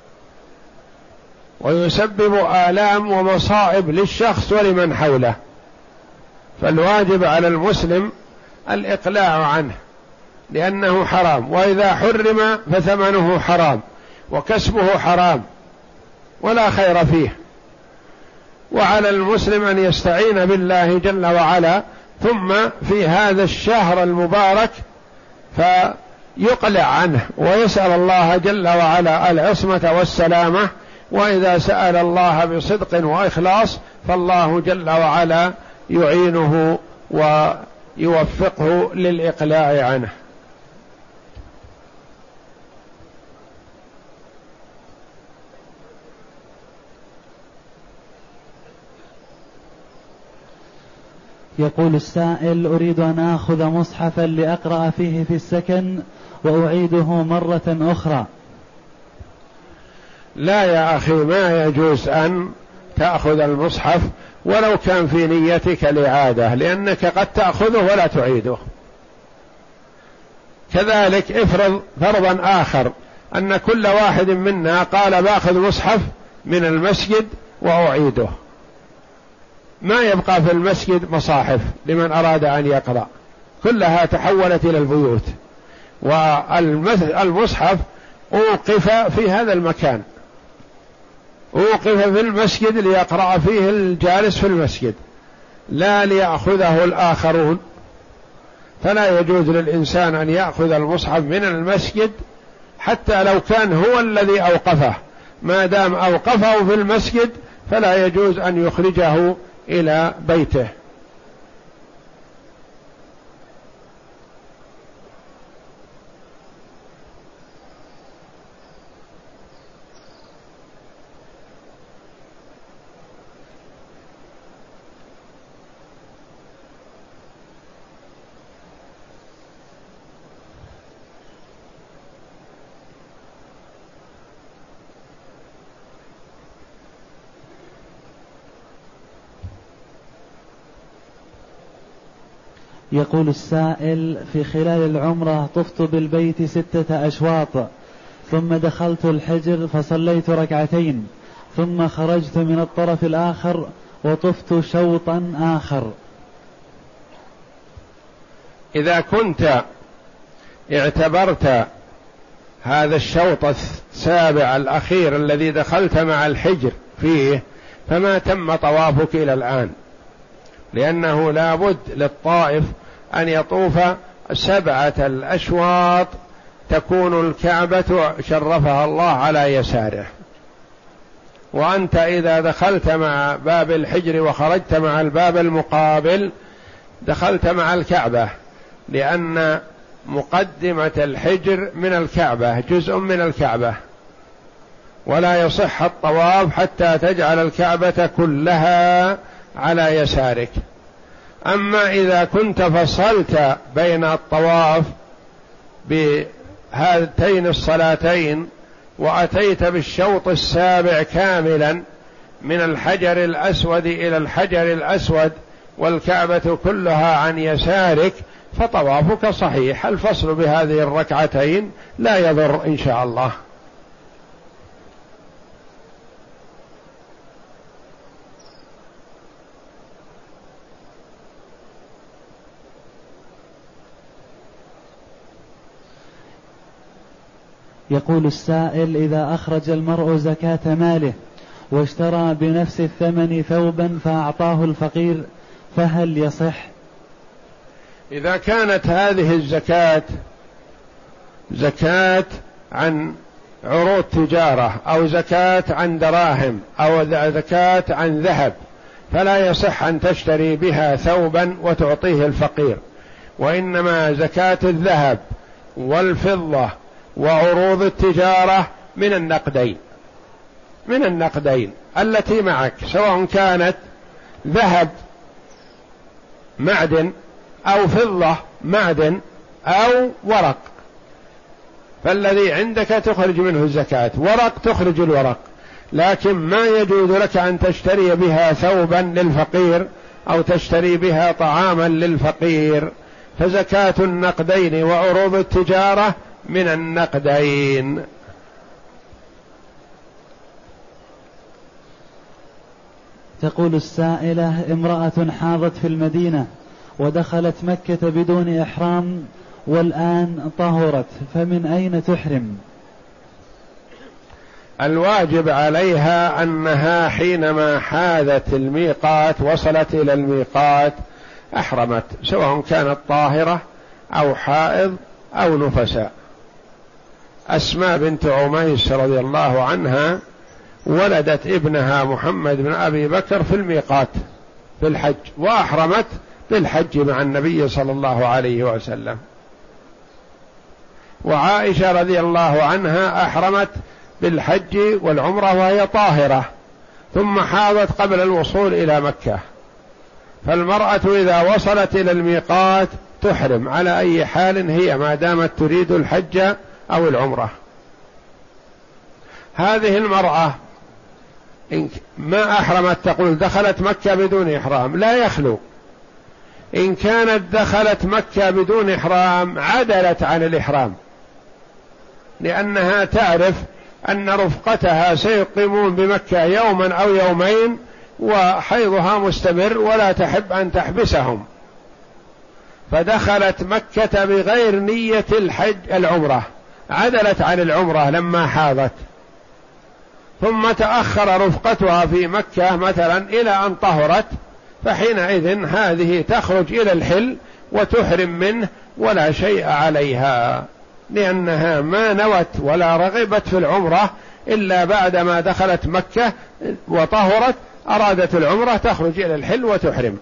ويسبب آلام ومصائب للشخص ولمن حوله، فالواجب على المسلم الإقلاع عنه لأنه حرام، وإذا حرم فثمنه حرام وكسبه حرام ولا خير فيه. وعلى المسلم أن يستعين بالله جل وعلا، ثم في هذا الشهر المبارك فيقلع عنه ويسأل الله جل وعلا العصمة والسلامة، وإذا سأل الله بصدق وإخلاص فالله جل وعلا يعينه ويوفقه للإقلاع عنه. يقول السائل: أريد أن آخذ مصحفا لأقرأ فيه في السكن وأعيده مرة أخرى. لا يا أخي، ما يجوز أن تأخذ المصحف ولو كان في نيتك الإعادة، لأنك قد تأخذه ولا تعيده. كذلك افرض فرضا آخر أن كل واحد منا قال باخذ مصحف من المسجد وأعيده، ما يبقى في المسجد مصاحف لمن أراد أن يقرأ، كلها تحولت إلى البيوت، والمصحف أوقف في هذا المكان، أوقف في المسجد ليقرأ فيه الجالس في المسجد لا ليأخذه الآخرون. فلا يجوز للإنسان أن يأخذ المصحف من المسجد حتى لو كان هو الذي أوقفه، ما دام أوقفه في المسجد فلا يجوز أن يخرجه إلى بيته. يقول السائل: في خلال العمرة طفت بالبيت ستة أشواط، ثم دخلت الحجر فصليت ركعتين، ثم خرجت من الطرف الآخر وطفت شوطا آخر. إذا كنت اعتبرت هذا الشوط السابع الأخير الذي دخلت مع الحجر فيه فما تم طوافك إلى الآن، لأنه لا بد للطائف أن يطوف سبعة الأشواط تكون الكعبة شرفها الله على يساره. وأنت إذا دخلت مع باب الحجر وخرجت مع الباب المقابل دخلت مع الكعبة، لأن مقدمة الحجر من الكعبة جزء من الكعبة، ولا يصح الطواف حتى تجعل الكعبة كلها على يسارك. أما إذا كنت فصلت بين الطواف بهاتين الصلاتين وأتيت بالشوط السابع كاملا من الحجر الأسود إلى الحجر الأسود والكعبة كلها عن يسارك فطوافك صحيح. الفصل بهذه الركعتين لا يضر إن شاء الله. يقول السائل: إذا أخرج المرء زكاة ماله واشترى بنفس الثمن ثوبا فأعطاه الفقير فهل يصح؟ إذا كانت هذه الزكاة زكاة عن عروض تجارة أو زكاة عن دراهم أو زكاة عن ذهب فلا يصح أن تشتري بها ثوبا وتعطيه الفقير، وإنما زكاة الذهب والفضة وعروض التجارة من النقدين من النقدين التي معك، سواء كانت ذهب معدن أو فضة معدن أو ورق، فالذي عندك تخرج منه الزكاة، ورق تخرج الورق، لكن ما يجوز لك أن تشتري بها ثوبا للفقير أو تشتري بها طعاما للفقير، فزكاة النقدين وعروض التجارة من النقدين. تقول السائلة: امرأة حاضت في المدينة ودخلت مكة بدون إحرام والآن طهرت، فمن أين تحرم؟ الواجب عليها أنها حينما حاذت الميقات وصلت إلى الميقات أحرمت، سواء كانت طاهرة أو حائض أو نفساء. أسماء بنت عميس رضي الله عنها ولدت ابنها محمد بن أبي بكر في الميقات في الحج، وأحرمت بالحج مع النبي صلى الله عليه وسلم. وعائشة رضي الله عنها أحرمت بالحج والعمرة وهي طاهرة، ثم حاضت قبل الوصول إلى مكة. فالمرأة إذا وصلت إلى الميقات تحرم على أي حال هي، ما دامت تريد الحج أو العمرة. هذه المرأة إن ما أحرمت تقول دخلت مكة بدون إحرام، لا يخلو. إن كانت دخلت مكة بدون إحرام عدلت عن الإحرام، لأنها تعرف أن رفقتها سيقيمون بمكة يوما أو يومين وحيضها مستمر ولا تحب أن تحبسهم، فدخلت مكة بغير نية الحج العمرة، عدلت عن العمرة لما حاضت، ثم تأخر رفقتها في مكة مثلا إلى أن طهرت، فحينئذ هذه تخرج إلى الحل وتحرم منه ولا شيء عليها، لأنها ما نوت ولا رغبت في العمرة إلا بعدما دخلت مكة وطهرت أرادت العمرة تخرج إلى الحل وتحرم.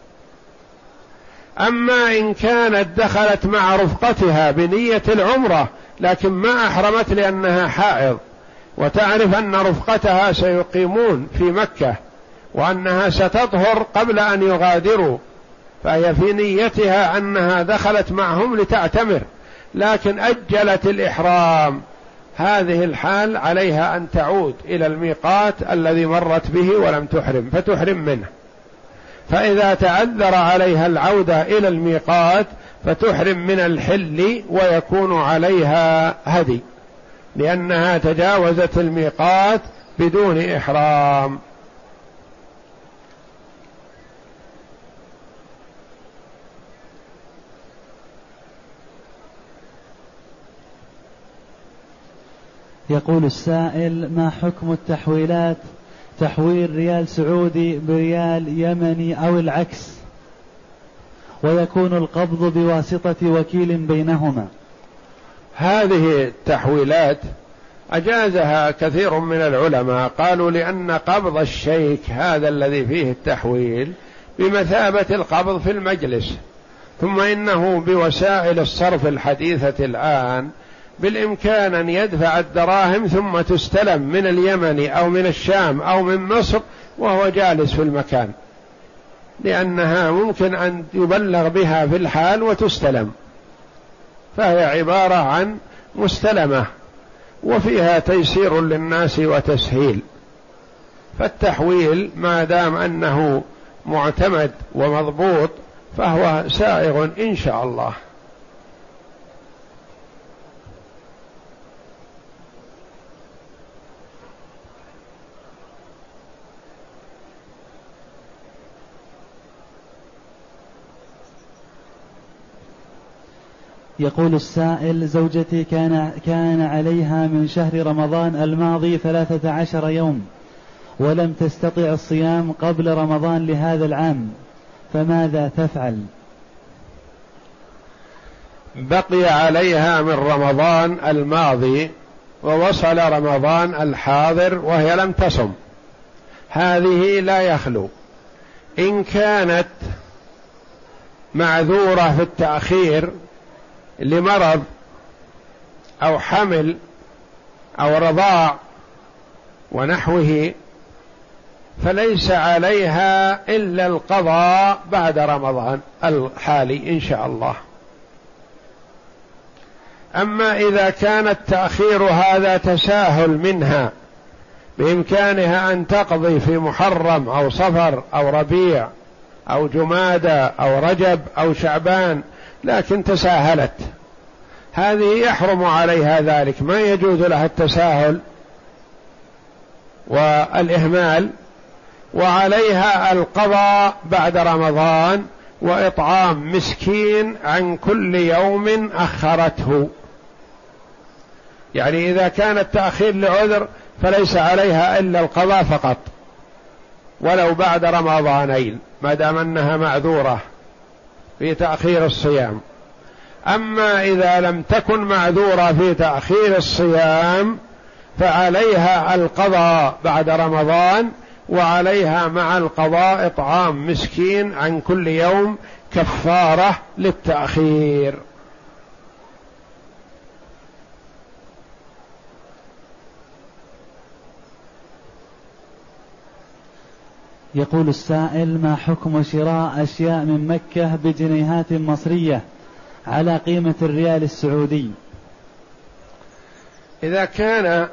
أما إن كانت دخلت مع رفقتها بنية العمرة لكن ما أحرمت لأنها حائض، وتعرف أن رفقتها سيقيمون في مكة وأنها ستطهر قبل أن يغادروا، فهي في نيتها أنها دخلت معهم لتعتمر لكن أجلت الإحرام، هذه الحال عليها أن تعود إلى الميقات الذي مرت به ولم تحرم فتحرم منه. فإذا تعذر عليها العودة إلى الميقات فتحرم من الحل ويكون عليها هدي، لأنها تجاوزت الميقات بدون إحرام. يقول السائل: ما حكم التحويلات، تحويل ريال سعودي بريال يمني أو العكس، ويكون القبض بواسطة وكيل بينهما؟ هذه التحويلات أجازها كثير من العلماء، قالوا لأن قبض الشيك هذا الذي فيه التحويل بمثابة القبض في المجلس، ثم إنه بوسائل الصرف الحديثة الآن بالإمكان أن يدفع الدراهم ثم تستلم من اليمن أو من الشام أو من مصر وهو جالس في المكان، لأنها ممكن أن يبلغ بها في الحال وتستلم، فهي عبارة عن مستلمة وفيها تيسير للناس وتسهيل. فالتحويل ما دام أنه معتمد ومضبوط فهو سائغ إن شاء الله. يقول السائل: زوجتي كان, كان عليها من شهر رمضان الماضي ثلاثة عشر يوم ولم تستطع الصيام قبل رمضان لهذا العام، فماذا تفعل؟ بقي عليها من رمضان الماضي ووصل رمضان الحاضر وهي لم تصم، هذه لا يخلو. إن كانت معذورة في التأخير لمرض أو حمل أو رضاع ونحوه فليس عليها إلا القضاء بعد رمضان الحالي إن شاء الله. أما إذا كان التأخير هذا تساهل منها بإمكانها أن تقضي في محرم أو صفر أو ربيع أو جمادى أو رجب أو شعبان لكن تساهلت، هذه يحرم عليها ذلك، ما يجوز لها التساهل والإهمال، وعليها القضاء بعد رمضان وإطعام مسكين عن كل يوم أخرته. يعني إذا كان التأخير لعذر فليس عليها إلا القضاء فقط ولو بعد رمضانين ما دام أنها معذورة في تأخير الصيام. أما إذا لم تكن معذورة في تأخير الصيام فعليها القضاء بعد رمضان، وعليها مع القضاء إطعام مسكين عن كل يوم كفارة للتأخير. يقول السائل: ما حكم شراء أشياء من مكة بجنيهات مصرية على قيمة الريال السعودي؟ إذا كان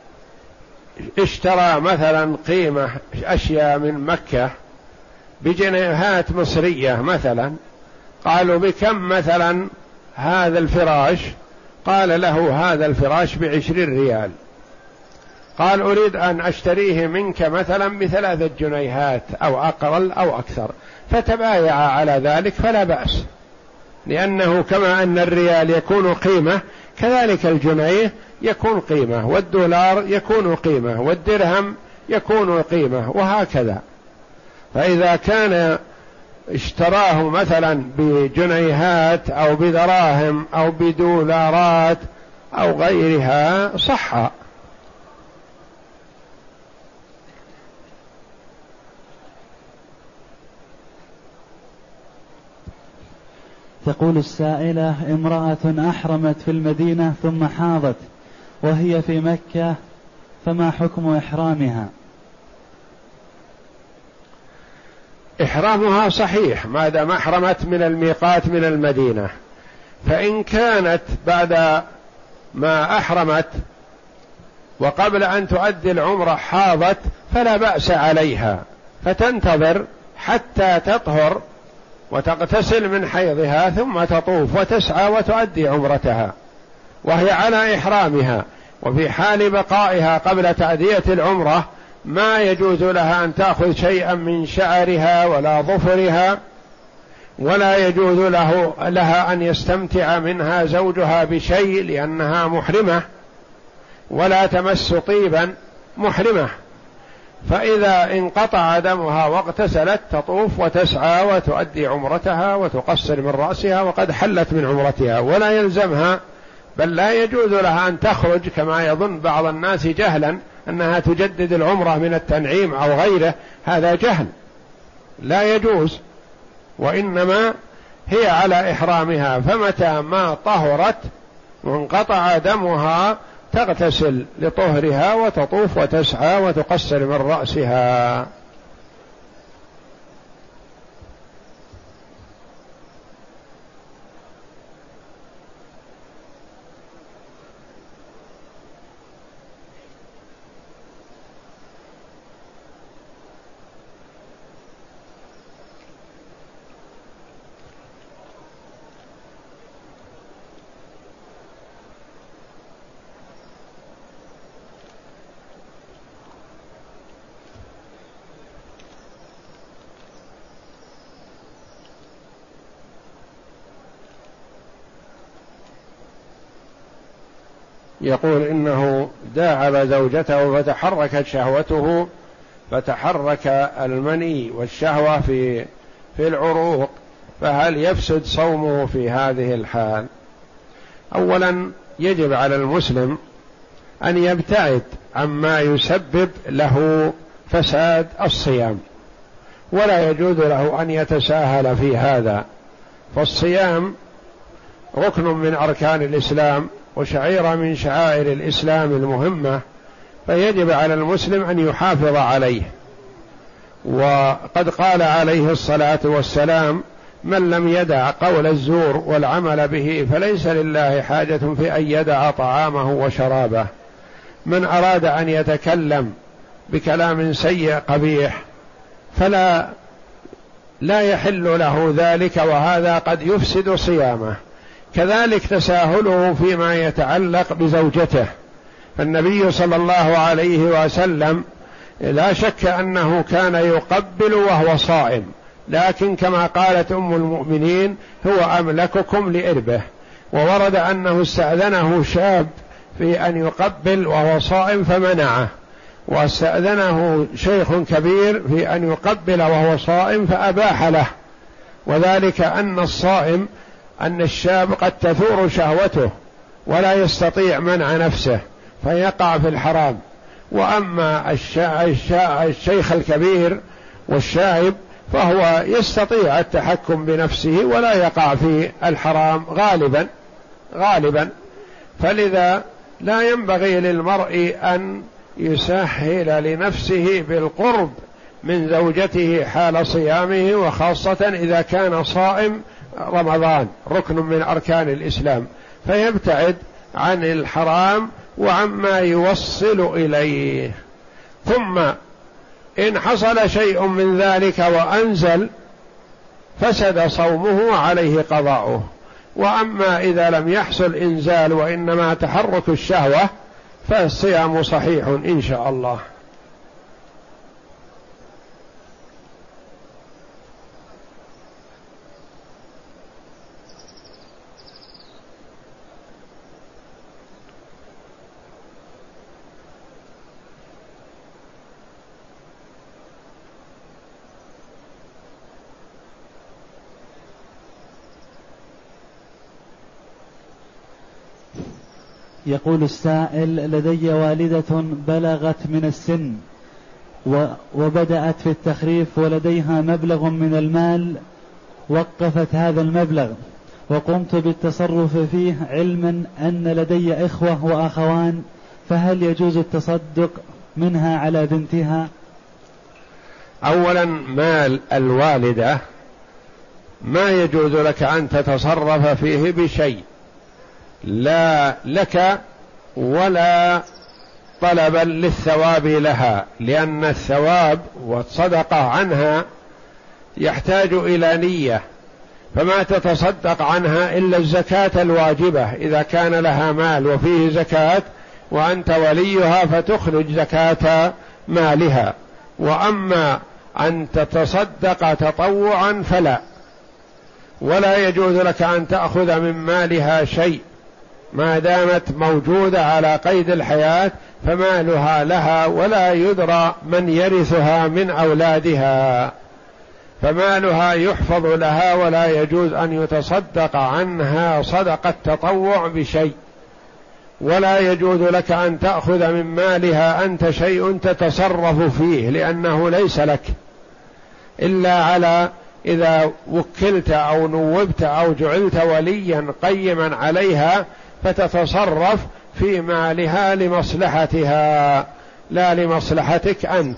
اشترى مثلا قيمة أشياء من مكة بجنيهات مصرية، مثلا قالوا بكم مثلا هذا الفراش، قال له هذا الفراش بعشرين ريال، قال أريد أن أشتريه منك مثلا بثلاثة جنيهات أو أقل أو أكثر، فتبايع على ذلك فلا بأس، لأنه كما أن الريال يكون قيمة كذلك الجنيه يكون قيمة، والدولار يكون قيمة، والدرهم يكون قيمة، وهكذا. فإذا كان اشتراه مثلا بجنيهات أو بدراهم أو بدولارات أو غيرها صح. تقول السائلة: امرأة أحرمت في المدينة ثم حاضت وهي في مكة، فما حكم إحرامها؟ إحرامها صحيح ما دام أحرمت من الميقات من المدينة، فإن كانت بعد ما أحرمت وقبل أن تؤدي العمرة حاضت فلا بأس عليها، فتنتظر حتى تطهر وتغتسل من حيضها ثم تطوف وتسعى وتؤدي عمرتها وهي على إحرامها. وفي حال بقائها قبل تأدية العمرة ما يجوز لها أن تأخذ شيئا من شعرها ولا ظفرها، ولا يجوز له لها أن يستمتع منها زوجها بشيء لأنها محرمة، ولا تمس طيبا محرمة. فإذا انقطع دمها واغتسلت تطوف وتسعى وتؤدي عمرتها وتقصر من رأسها وقد حلت من عمرتها، ولا يلزمها بل لا يجوز لها أن تخرج كما يظن بعض الناس جهلا أنها تجدد العمرة من التنعيم أو غيره، هذا جهل لا يجوز، وإنما هي على إحرامها. فمتى ما طهرت وانقطع دمها تغتسل لطهرها وتطوف وتسعى وتقصر من رأسها. يقول إنه داعب زوجته فتحركت شهوته، فتحرك المني والشهوة في في العروق، فهل يفسد صومه في هذه الحال؟ أولا يجب على المسلم أن يبتعد عما يسبب له فساد الصيام، ولا يجوز له أن يتساهل في هذا، فالصيام ركن من أركان الإسلام وشعيرة من شعائر الإسلام المهمة، فيجب على المسلم أن يحافظ عليه. وقد قال عليه الصلاة والسلام: من لم يدع قول الزور والعمل به فليس لله حاجة في أن يدع طعامه وشرابه. من أراد أن يتكلم بكلام سيء قبيح فلا لا يحل له ذلك، وهذا قد يفسد صيامه. كذلك تساهله فيما يتعلق بزوجته، فالنبي صلى الله عليه وسلم لا شك أنه كان يقبل وهو صائم، لكن كما قالت أم المؤمنين: هو أملككم لإربه. وورد أنه استأذنه شاب في أن يقبل وهو صائم فمنعه، واستأذنه شيخ كبير في أن يقبل وهو صائم فأباح له، وذلك أن الصائم أن الشاب قد تثور شهوته ولا يستطيع منع نفسه فيقع في الحرام. وأما الشيخ الكبير والشايب فهو يستطيع التحكم بنفسه ولا يقع في الحرام غالبا غالبا فلذا لا ينبغي للمرء أن يسهل لنفسه بالقرب من زوجته حال صيامه، وخاصة إذا كان صائم رمضان ركن من أركان الإسلام، فيبتعد عن الحرام وعما يوصل إليه. ثم إن حصل شيء من ذلك وأنزل فسد صومه وعليه قضاؤه. وأما إذا لم يحصل إنزال وإنما تحرك الشهوة فالصيام صحيح إن شاء الله. يقول السائل: لدي والدة بلغت من السن وبدأت في التخريف ولديها مبلغ من المال، وقفت هذا المبلغ وقمت بالتصرف فيه علما أن لدي إخوة وأخوان، فهل يجوز التصدق منها على بنتها؟ أولا مال الوالدة ما يجوز لك أن تتصرف فيه بشيء، لا لك ولا طلبا للثواب لها، لأن الثواب والصدقة عنها يحتاج إلى نية، فما تتصدق عنها إلا الزكاة الواجبة إذا كان لها مال وفيه زكاة وأنت وليها فتخرج زكاة مالها. وأما أن تتصدق تطوعا فلا، ولا يجوز لك أن تأخذ من مالها شيء ما دامت موجودة على قيد الحياة، فمالها لها ولا يدرى من يرثها من أولادها، فمالها يحفظ لها ولا يجوز أن يتصدق عنها صدقة تطوع بشيء. ولا يجوز لك أن تأخذ من مالها أنت شيء تتصرف فيه، لأنه ليس لك إلا على إذا وكلت أو نوبت أو جعلت وليا قيما عليها فتتصرف في مالها لمصلحتها لا لمصلحتك أنت.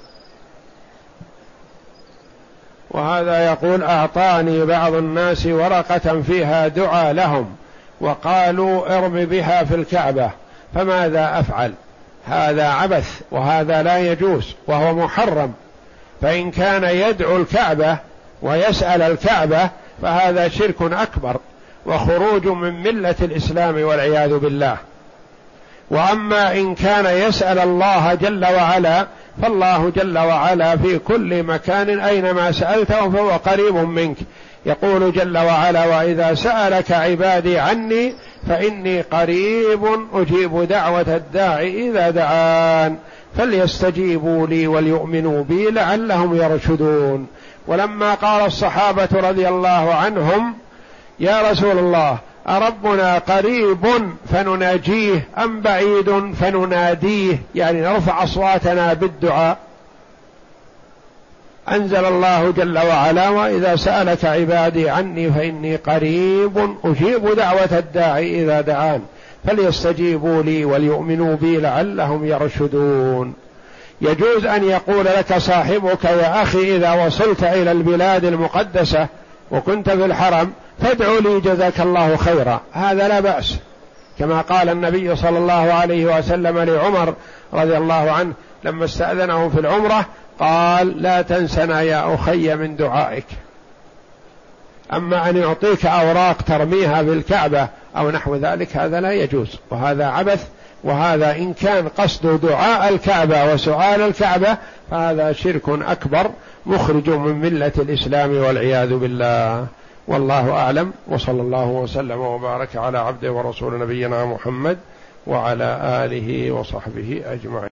وهذا يقول: أعطاني بعض الناس ورقة فيها دعاء لهم وقالوا ارم بها في الكعبة، فماذا أفعل؟ هذا عبث وهذا لا يجوز وهو محرم، فإن كان يدعو الكعبة ويسأل الكعبة فهذا شرك أكبر وخروج من ملة الإسلام والعياذ بالله. وأما إن كان يسأل الله جل وعلا فالله جل وعلا في كل مكان أينما سألته فهو قريب منك. يقول جل وعلا: وإذا سألك عبادي عني فإني قريب أجيب دعوة الداعي إذا دعان فليستجيبوا لي وليؤمنوا بي لعلهم يرشدون. ولما قال الصحابة رضي الله عنهم يا رسول الله أربنا قريب فنناجيه أم بعيد فنناديه، يعني نرفع أصواتنا بالدعاء، أنزل الله جل وعلا وإذا سألك عبادي عني فإني قريب أجيب دعوة الداعي إذا دعان فليستجيبوا لي وليؤمنوا بي لعلهم يرشدون. يجوز أن يقول لك صاحبك يا أخي إذا وصلت إلى البلاد المقدسة وكنت في الحرم فادعوا لي جزاك الله خيرا، هذا لا بأس، كما قال النبي صلى الله عليه وسلم لعمر رضي الله عنه لما استأذنه في العمرة قال لا تنسنا يا أخي من دعائك. أما أن يعطيك أوراق ترميها بالكعبة أو نحو ذلك هذا لا يجوز، وهذا عبث، وهذا إن كان قصد دعاء الكعبة وسؤال الكعبة فهذا شرك أكبر مخرج من ملة الإسلام والعياذ بالله. والله أعلم، وصلى الله وسلم وبارك على عبده ورسول نبينا محمد وعلى آله وصحبه أجمعين.